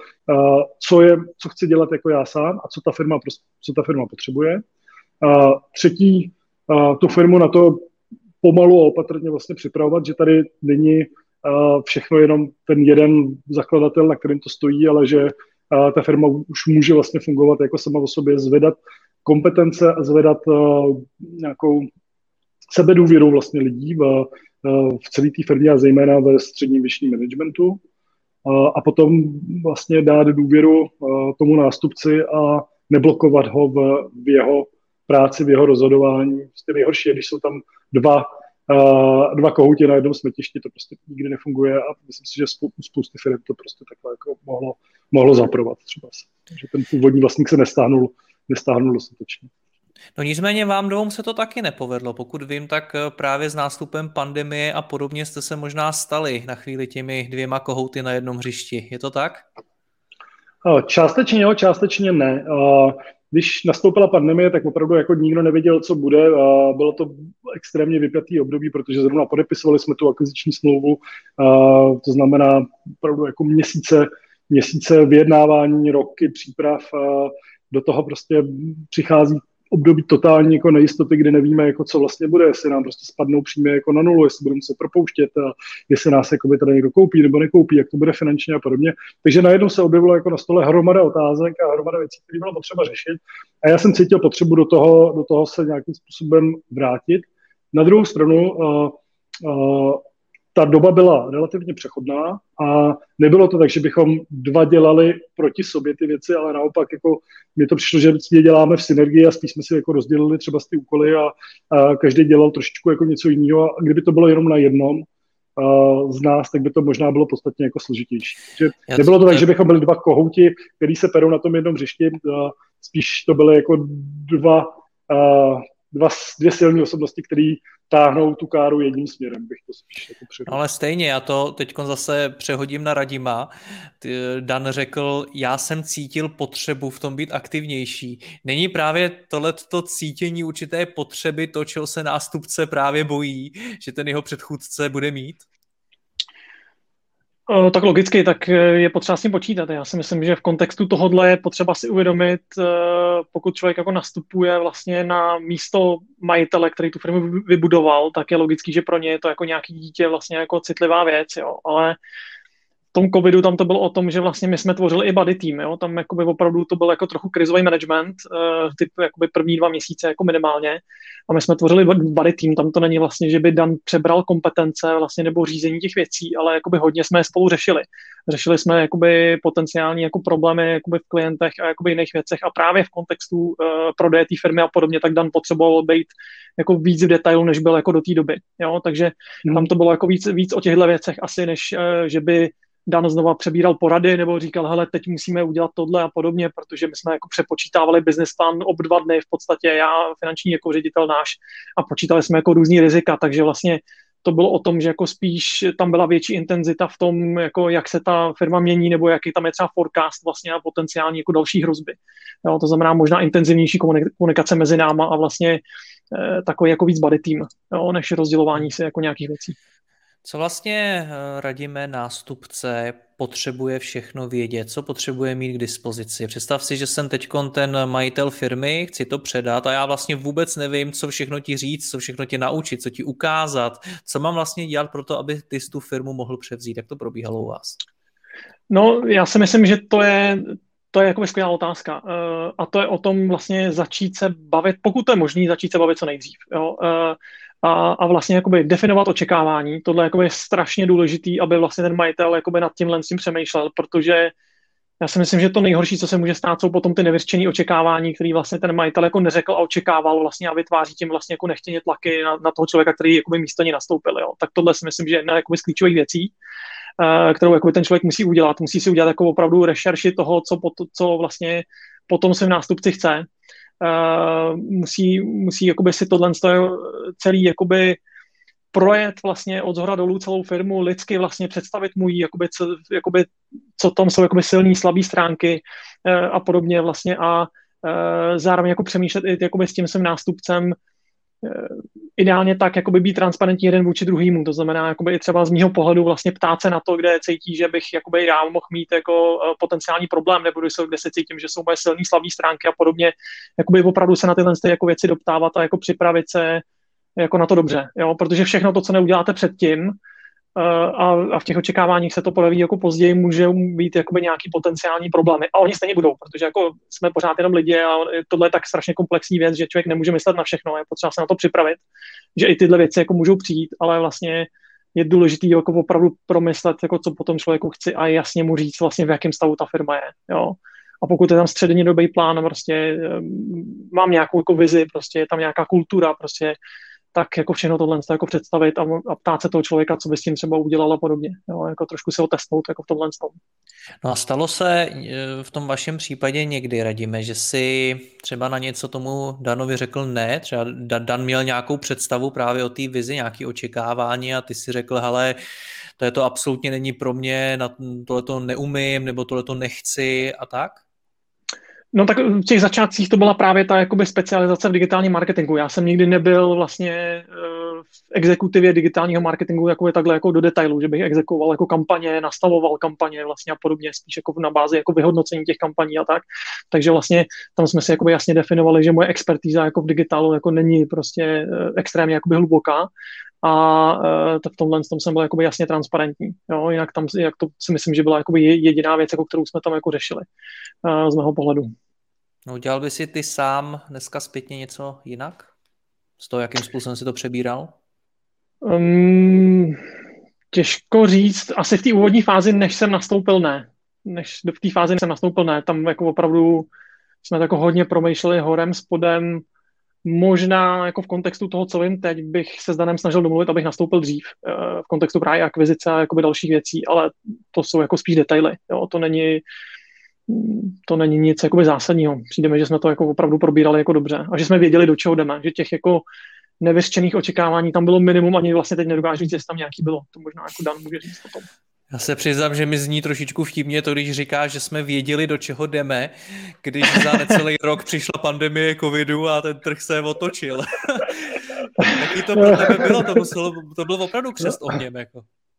co chci dělat jako já sám a co ta firma potřebuje. A třetí, tu firmu na to pomalu a opatrně vlastně připravovat, že tady není všechno jenom ten jeden zakladatel, na kterém to stojí, ale že ta firma už může vlastně fungovat jako sama o sobě, zvedat kompetence a zvedat nějakou sebedůvěru vlastně lidí v celé té firmě a zejména ve středním vyšším managementu a potom vlastně dát důvěru tomu nástupci a neblokovat ho v jeho práci, v jeho rozhodování. Prostě nejhorší je, když jsou tam dva kohouti na jednom smetišti, to prostě nikdy nefunguje a myslím si, že spousty firm to prostě takhle jako mohlo zaprovat třeba. Takže ten původní vlastník se nestáhnul dostatečně. No nicméně vám dvou se to taky nepovedlo. Pokud vím, tak právě s nástupem pandemie a podobně jste se možná stali na chvíli těmi 2 kohouty na jednom hřišti. Je to tak? Částečně jo, částečně ne. Když nastoupila pandemie, tak opravdu jako nikdo nevěděl, co bude. Bylo to extrémně vypjatý období, protože zrovna podepisovali jsme tu akviziční smlouvu. To znamená opravdu jako měsíce vyjednávání, roky příprav. Do toho prostě přichází období totální jako nejistoty, kdy nevíme, jako co vlastně bude, jestli nám prostě spadnou příjmy jako na nulu, jestli budeme se propouštět, a jestli nás jakoby tady někdo koupí nebo nekoupí, jak to bude finančně a podobně. Takže najednou se objevilo jako na stole hromada otázek a hromada věcí, které bylo potřeba řešit. A já jsem cítil potřebu do toho se nějakým způsobem vrátit. Na druhou stranu ta doba byla relativně přechodná a nebylo to tak, že bychom 2 dělali proti sobě ty věci, ale naopak jako mi to přišlo, že je děláme v synergii a spíš jsme si jako rozdělili třeba ty úkoly a každý dělal trošičku jako něco jiného a kdyby to bylo jenom na jednom z nás, tak by to možná bylo podstatně jako složitější. Že nebylo to tak, že bychom byli 2 kohouti, který se perou na tom jednom hřišti, spíš to byly jako dvě silné osobnosti, které táhnou tu káru jedním směrem, bych to spíš jako předal. Ale stejně, já to teď zase přehodím na Radima. Dan řekl, já jsem cítil potřebu v tom být aktivnější. Není právě tohleto cítění určité potřeby to, čeho se nástupce právě bojí, že ten jeho předchůdce bude mít? Tak logicky, tak je potřeba s tím počítat. Já si myslím, že v kontextu tohodle je potřeba si uvědomit, pokud člověk jako nastupuje vlastně na místo majitele, který tu firmu vybudoval, tak je logický, že pro ně je to jako nějaký dítě vlastně jako citlivá věc, jo. Ale v tom covidu tam to bylo o tom, že vlastně my jsme tvořili i buddy tým, jo. Tam jakoby opravdu to byl jako trochu krizový management, typ jakoby první 2 měsíce jako minimálně. A my jsme tvořili buddy tým, tam to není vlastně, že by Dan přebral kompetence vlastně nebo řízení těch věcí, ale jakoby hodně jsme je spolu řešili. Řešili jsme jakoby potenciální jako problémy jakoby v klientech a jakoby jiných věcech a právě v kontextu prodeje té firmy a podobně, tak Dan potřeboval být jako víc v detailu, než byl jako do té doby. Jo? Takže tam to bylo jako víc o těchto věcech asi, než že by Dan znova přebíral porady nebo říkal, hele, teď musíme udělat tohle a podobně, protože my jsme jako přepočítávali business plan ob 2 dny v podstatě, já finanční jako ředitel náš a počítali jsme jako různý rizika, takže vlastně to bylo o tom, že jako spíš tam byla větší intenzita v tom, jako jak se ta firma mění nebo jaký tam je třeba forecast vlastně a potenciální jako další hrozby. Jo, to znamená možná intenzivnější komunikace mezi náma a vlastně takový jako víc buddy tým, jo, než rozdělování se jako nějakých věcí. Co vlastně, Radime, nástupce potřebuje všechno vědět, co potřebuje mít k dispozici? Představ si, že jsem teďkon ten majitel firmy, chci to předat a já vlastně vůbec nevím, co všechno ti říct, co všechno ti naučit, co ti ukázat, co mám vlastně dělat pro to, aby ty tu firmu mohl převzít. Jak to probíhalo u vás? No, já si myslím, že to je jako skvělá otázka. A to je o tom vlastně začít se bavit, pokud to je možné, začít se bavit co nejdřív. Jo? A vlastně jakoby definovat očekávání. Tohle jakoby je strašně důležitý, aby vlastně ten majitel jakoby nad tímhle s tím přemýšlel, protože Já si myslím, že to nejhorší, co se může stát, jsou potom ty nevyřčené očekávání, který vlastně ten majitel jako neřekl a očekával vlastně a vytváří tím vlastně jako nechtěně tlaky na toho člověka, který jakoby místo ní nastoupil. Jo. Tak tohle si myslím, že je jedna jakoby z klíčových věcí, kterou jakoby ten člověk musí udělat. Musí si udělat jako opravdu rešerši toho, co vlastně potom svým nástupci chce. Musí jakoby si tohle celý jakoby projet vlastně od zhora dolů celou firmu, lidsky vlastně představit mu jí, co tam jsou jakoby silné, slabé stránky a podobně vlastně a zároveň jako přemýšlet i jakoby s tím svým nástupcem ideálně tak, jakoby být transparentní jeden vůči druhýmu, to znamená jakoby i třeba z mýho pohledu vlastně ptát se na to, kde cítí, že bych jakoby já mohl mít jako potenciální problém, nebo kde se cítím, že jsou moje silné, slabé stránky a podobně, jakoby opravdu se na tyhle jako věci doptávat a jako připravit se jako na to dobře, jo? Protože všechno to, co neuděláte předtím a v těch očekáváních se to projeví jako později, může být jakoby nějaký potenciální problémy. A oni stejně budou, protože jako jsme pořád jenom lidi a tohle je tak strašně komplexní věc, že člověk nemůže myslet na všechno, je potřeba se na to připravit, že i tyhle věci jako můžou přijít, ale vlastně je důležité jako opravdu promyslet, jako co potom člověku chci a jasně mu říct vlastně, v jakém stavu ta firma je, jo. A pokud je tam střednědobý plán, prostě mám nějakou jako vizi, prostě je tam nějaká kultura, prostě tak jako všechno tohle jako představit a ptát se toho člověka, co by s tím třeba udělal a podobně. Jo, jako trošku si ho testnout jako v tomhle stavu. No a stalo se v tom vašem případě někdy, Radime, že si třeba na něco tomu Danovi řekl ne, třeba Dan měl nějakou představu právě o té vizi, nějaké očekávání a ty si řekl, hele, to absolutně není pro mě, tohle to neumím, nebo tohle to nechci a tak? No tak v těch začátcích to byla právě ta jakoby specializace v digitálním marketingu. Já jsem nikdy nebyl vlastně v exekutivě digitálního marketingu jako je takhle jako do detailu, že bych exekuoval jako kampaně, nastavoval kampaně vlastně a podobně, spíš jako na bázi jako vyhodnocení těch kampaní a tak. Takže vlastně tam jsme si jakoby jasně definovali, že moje expertíza jako v digitálu jako není prostě extrémně jakoby hluboká. A v tomhle tom jsem byl jakoby jasně transparentní. Jo? Jinak tam jak to si myslím, že byla jakoby jediná věc, jako kterou jsme tam jako řešili z mého pohledu. No, udělal by si ty sám dneska zpětně něco jinak? Z toho, jakým způsobem si to přebíral? Těžko říct. Asi v té úvodní fázi, než jsem nastoupil, ne. V té fázi jsem nastoupil, ne. Tam jako opravdu jsme jako hodně promýšleli horem, spodem. Možná jako v kontextu toho, co vím teď, bych se s Danem snažil domluvit, abych nastoupil dřív. V kontextu právě akvizice a jakoby dalších věcí, ale to jsou jako spíš detaily. Jo? To není nic jakoby zásadního. Přijde mi, že jsme to jako opravdu probírali jako dobře a že jsme věděli, do čeho jdeme, že těch jako nevyřčených očekávání tam bylo minimum, ani vlastně teď nedokážu říct, jestli tam nějaký bylo. To možná jako Dan může říct o tom. Já se přiznám, že mi zní trošičku vtipně to, když říkáš, že jsme věděli, do čeho jdeme, když za necelý rok přišla pandemie covidu a ten trh se otočil. Jaký to pro tebe bylo? To bylo opravdu křest ohněm. Jako.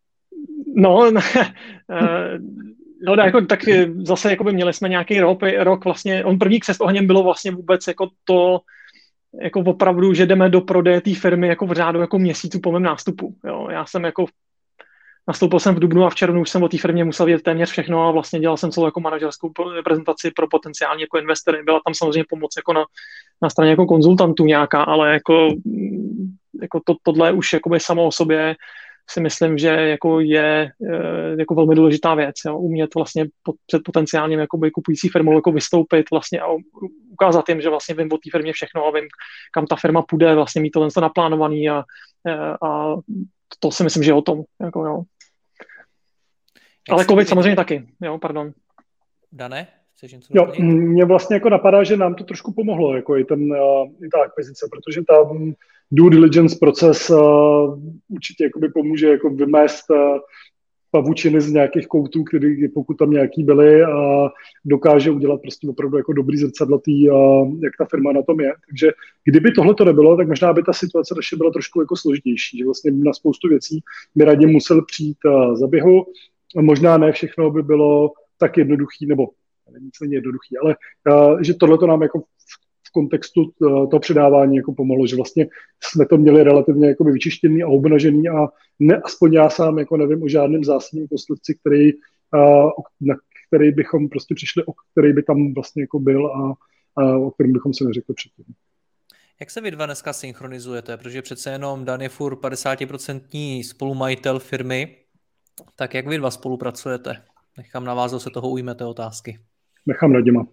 No, jako, tak zase jako by měli jsme nějaký rok vlastně, první křest ohněm bylo vlastně vůbec jako to, jako opravdu, že jdeme do prodeje té firmy jako v řádu jako měsíců po mém nástupu. Jo. Já jsem jako nastoupil jsem v dubnu a v červnu už jsem o té firmě musel vědět téměř všechno a vlastně dělal jsem celou jako manažerskou prezentaci pro potenciální jako investory. Byla tam samozřejmě pomoc jako na straně jako konzultantů nějaká, ale jako tohle už jakoby samo o sobě si myslím, že jako je jako velmi důležitá věc. Jo. Umět vlastně před potenciálním jakoby kupující firmou jako vystoupit vlastně a ukázat jim, že vlastně vím o té firmě všechno a vím, kam ta firma půjde, vlastně mít to naplánovaný a to si myslím, že je o tom. Jako, jo. Ale covid samozřejmě taky. Jo, pardon. Dane? Chceš něco doplnit? Mně vlastně jako napadá, že nám to trošku pomohlo, jako i ta akvizice, protože ta due diligence proces určitě jakoby pomůže jako vymést pavučiny z nějakých koutů, který, pokud tam nějaký byly, a dokáže udělat prostě opravdu jako dobrý zrcadlatý, jak ta firma na tom je. Takže kdyby tohle to nebylo, tak možná by ta situace naše byla trošku jako složitější, že vlastně na spoustu věcí by Radim musel přijít za běhu. Možná ne všechno by bylo tak jednoduchý, nebo nic není jednoduchý, ale že tohle to nám jako v kontextu toho předávání jako pomohlo, že vlastně jsme to měli relativně jako vyčištěný a obnažený a aspoň já sám jako nevím o žádném zásadním kostlivci, na který bychom prostě přišli, o který by tam vlastně jako byl a o kterém bychom se neřekli předtím. Jak se vy dva dneska synchronizujete? Protože přece jenom Dan je furt 50% spolumajitel firmy, tak jak vy dva spolupracujete? Nechám na vás, se toho ujmete otázky. Nechám Radima.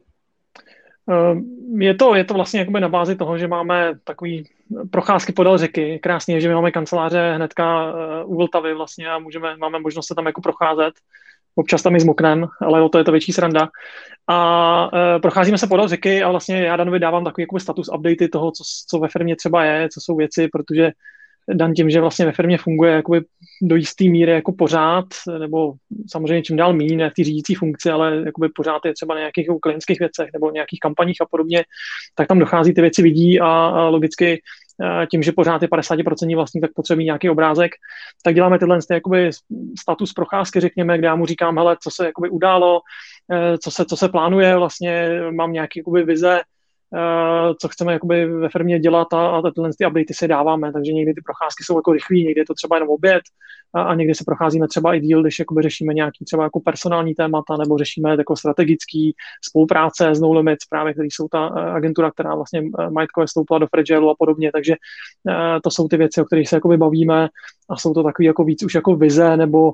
Je to vlastně jakoby na bázi toho, že máme takový procházky podél řeky. Krásně, že my máme kanceláře hnedka u Vltavy vlastně a máme možnost se tam jako procházet. Občas tam i zmoknem, ale o to je to větší sranda. A procházíme se podél řeky a vlastně já Danovi dávám takový jakoby status updatey toho, co ve firmě třeba je, co jsou věci, protože Dan tím, že vlastně ve firmě funguje jakoby do jisté míry jako pořád, nebo samozřejmě čím dál míň, ne v té řídící funkci, ale jakoby pořád je třeba na nějakých klientských věcech nebo nějakých kampaních a podobně, tak tam dochází, ty věci vidí a logicky tím, že pořád je 50% vlastní, tak potřebuje nějaký obrázek, tak děláme tyhle jakoby status procházky, řekněme, kde já mu říkám, hele, co se jakoby událo, co se plánuje, vlastně mám nějaký jakoby vize, co chceme jakoby ve firmě dělat a tyhle ty updaty si dáváme, takže někdy ty procházky jsou jako rychlý, někdy je to třeba jenom oběd a někdy se procházíme třeba i díl, když jakoby řešíme nějaký třeba jako personální témata nebo řešíme jako strategický spolupráce s No Limits, právě který jsou ta agentura, která vlastně majetkově vstoupila do Fragile a podobně, takže to jsou ty věci, o kterých se jakoby bavíme a jsou to takový jako víc už jako vize nebo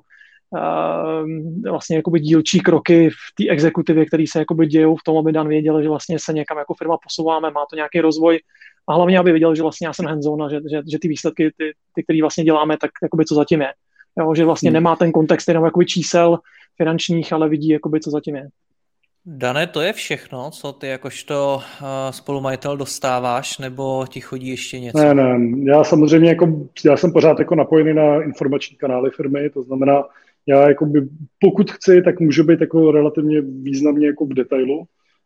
vlastně jakoby dílčí kroky v té exekutivě, které se jakoby dějou v tom, aby Dan věděl, že vlastně se někam jako firma posouváme, má to nějaký rozvoj a hlavně, aby věděl, že vlastně já jsem hands-on a že ty výsledky, ty které vlastně děláme, tak jakoby co zatím je. Jo, že vlastně nemá ten kontext jenom jakoby čísel finančních, ale vidí, jakoby co zatím je. Dane, to je všechno, co ty jakožto spolumajitel dostáváš, nebo ti chodí ještě něco? Ne, já jsem pořád jako napojený na informační kanály firmy, to znamená, já jakoby, pokud chci, tak můžu být jako relativně významně jako v detailu.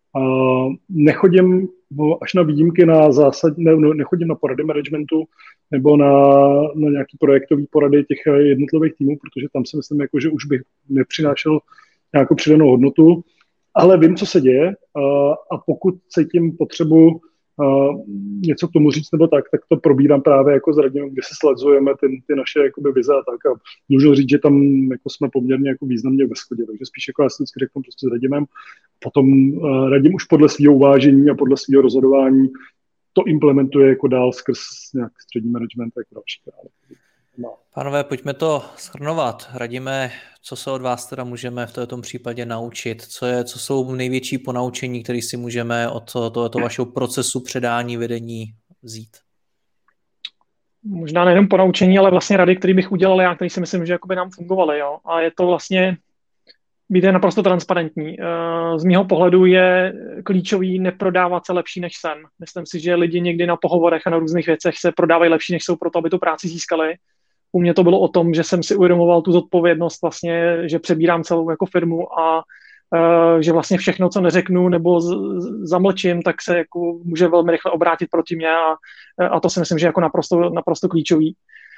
Nechodím až na výjimky nechodím na porady managementu nebo na nějaký projektový porady těch jednotlivých týmů, protože tam si myslím, jako, že už bych nepřinášel nějakou přidanou hodnotu, ale vím, co se děje a pokud cítím potřebu něco k tomu říct nebo tak to probírám právě jako s Radimem, kde se sledzujeme ty naše jakoby vize a tak a můžu říct, že tam jako jsme poměrně jako významně ve shodě, takže spíš jako já si vždycky řeknu prostě s Radimem, potom Radim už podle svého uvážení a podle svého rozhodování to implementuje jako dál skrz nějak střední management a jako další krále. No. Pánové, pojďme to shrnovat. Radíme, co se od vás teda můžeme v tomto případě naučit, co jsou největší ponaučení, které si můžeme od tohoto vašeho procesu předání vedení vzít? Možná nejenom ponaučení, ale vlastně rady, které bych udělal já, které si myslím, že jakoby nám fungovaly. Jo? A je to vlastně být naprosto transparentní. Z mého pohledu je klíčový neprodávat se lepší, než jsem. Myslím si, že lidi někdy na pohovorech a na různých věcech se prodávají lepší, než jsou proto, aby tu práci získali. U mě to bylo o tom, že jsem si uvědomoval tu zodpovědnost vlastně, že přebírám celou jako firmu a že vlastně všechno, co neřeknu nebo zamlčím, tak se jako může velmi rychle obrátit proti mě a to si myslím, že je jako naprosto klíčový.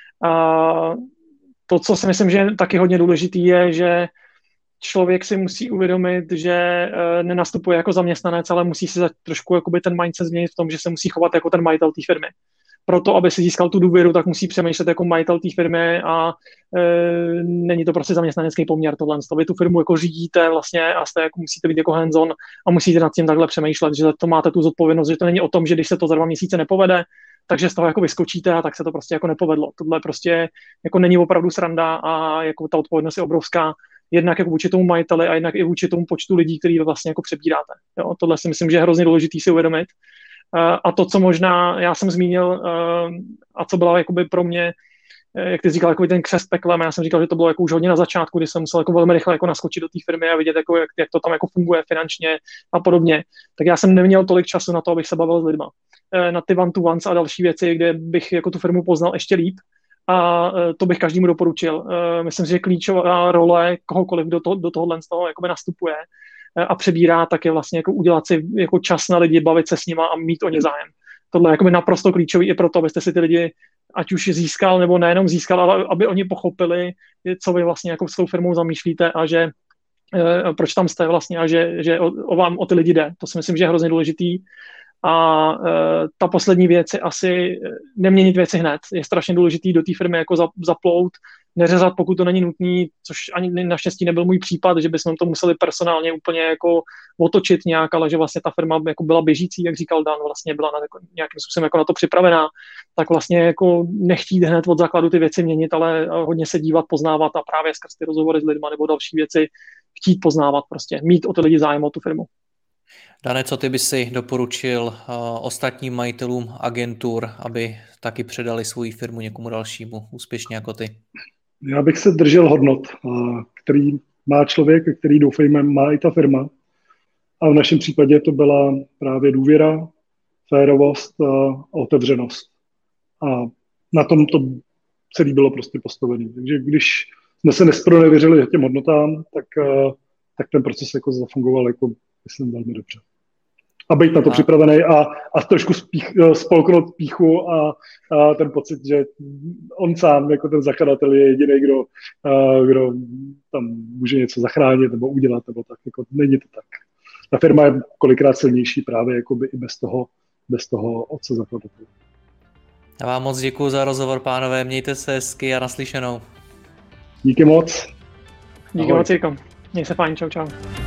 To, co si myslím, že je taky hodně důležitý, je, že člověk si musí uvědomit, že nenastupuje jako zaměstnanec, ale musí si trošku jakoby ten mindset změnit v tom, že se musí chovat jako ten majitel té firmy. Proto, aby si získal tu důvěru, tak musí přemýšlet jako majitel té firmy a není to prostě zaměstnanecký poměr tohle. Vy tu firmu jako řídíte vlastně a jako musíte být jako hands-on a musíte nad tím takhle přemýšlet, že to máte tu zodpovědnost, že to není o tom, že když se to za 2 měsíce nepovede, takže z toho jako vyskočíte a tak se to prostě jako nepovedlo. Tohle prostě jako není opravdu sranda a jako ta odpovědnost je obrovská, jednak jako vůči tomu majiteli a jednak i vůči tomu počtu lidí, který vlastně jako přebíráte. Jo, tohle si myslím, že je hrozně důležitý si uvědomit. A to, co možná já jsem zmínil a co bylo jakoby pro mě, jak ty říkal, jako ten křest peklem, já jsem říkal, že to bylo jako už hodně na začátku, kdy jsem musel jako velmi rychle jako naskočit do té firmy a vidět, jako, jak to tam jako funguje finančně a podobně. Tak já jsem neměl tolik času na to, abych se bavil s lidma. Na ty one-to-ones a další věci, kde bych jako tu firmu poznal ještě líp. A to bych každému doporučil. Myslím si, že klíčová role kohokoliv do tohohle z toho jakoby nastupuje a přebírá, tak je vlastně jako udělat si jako čas na lidi, bavit se s nima a mít o ně zájem. Tohle je jakoby naprosto klíčový i proto, abyste si ty lidi ať už získal, nebo nejenom získal, ale aby oni pochopili, co vy vlastně jako s tou firmou zamýšlíte a že proč tam jste vlastně a že vám o ty lidi jde. To si myslím, že je hrozně důležitý. A ta poslední věc je asi neměnit věci hned. Je strašně důležitý do té firmy jako zaplout, neřezat, pokud to není nutný, což ani naštěstí nebyl můj případ, že bychom to museli personálně úplně jako otočit nějak, ale že vlastně ta firma jako byla běžící, jak říkal Dan, vlastně byla nějakým způsobem jako na to připravená, tak vlastně jako nechtít hned od základu ty věci měnit, ale hodně se dívat, poznávat a právě skrz ty rozhovory s lidma nebo další věci chtít poznávat prostě, mít o ty lidi zájem o tu firmu. Dane, co ty bys si doporučil ostatním majitelům agentur, aby taky předali svou firmu někomu dalšímu úspěšně jako ty? Já bych se držel hodnot, který má člověk, který doufejme má i ta firma. A v našem případě to byla právě důvěra, férovost a otevřenost. A na tom to celé bylo prostě postavené. Takže když jsme se nespronevěřili těm hodnotám, tak ten proces jako zafungoval, jako myslím, velmi dobře. A být na to připravený a trošku spolknout píchu a ten pocit, že on sám, jako ten zakladatel, je jediný, kdo tam může něco zachránit nebo udělat, nebo tak. Jako, není to tak. Ta firma je kolikrát silnější právě jakoby i bez toho otce zakladatele. Já vám moc děkuji za rozhovor, pánové. Mějte se hezky a naslyšenou. Díky moc. Díky moc, Jirko. Měj se fajn, čau.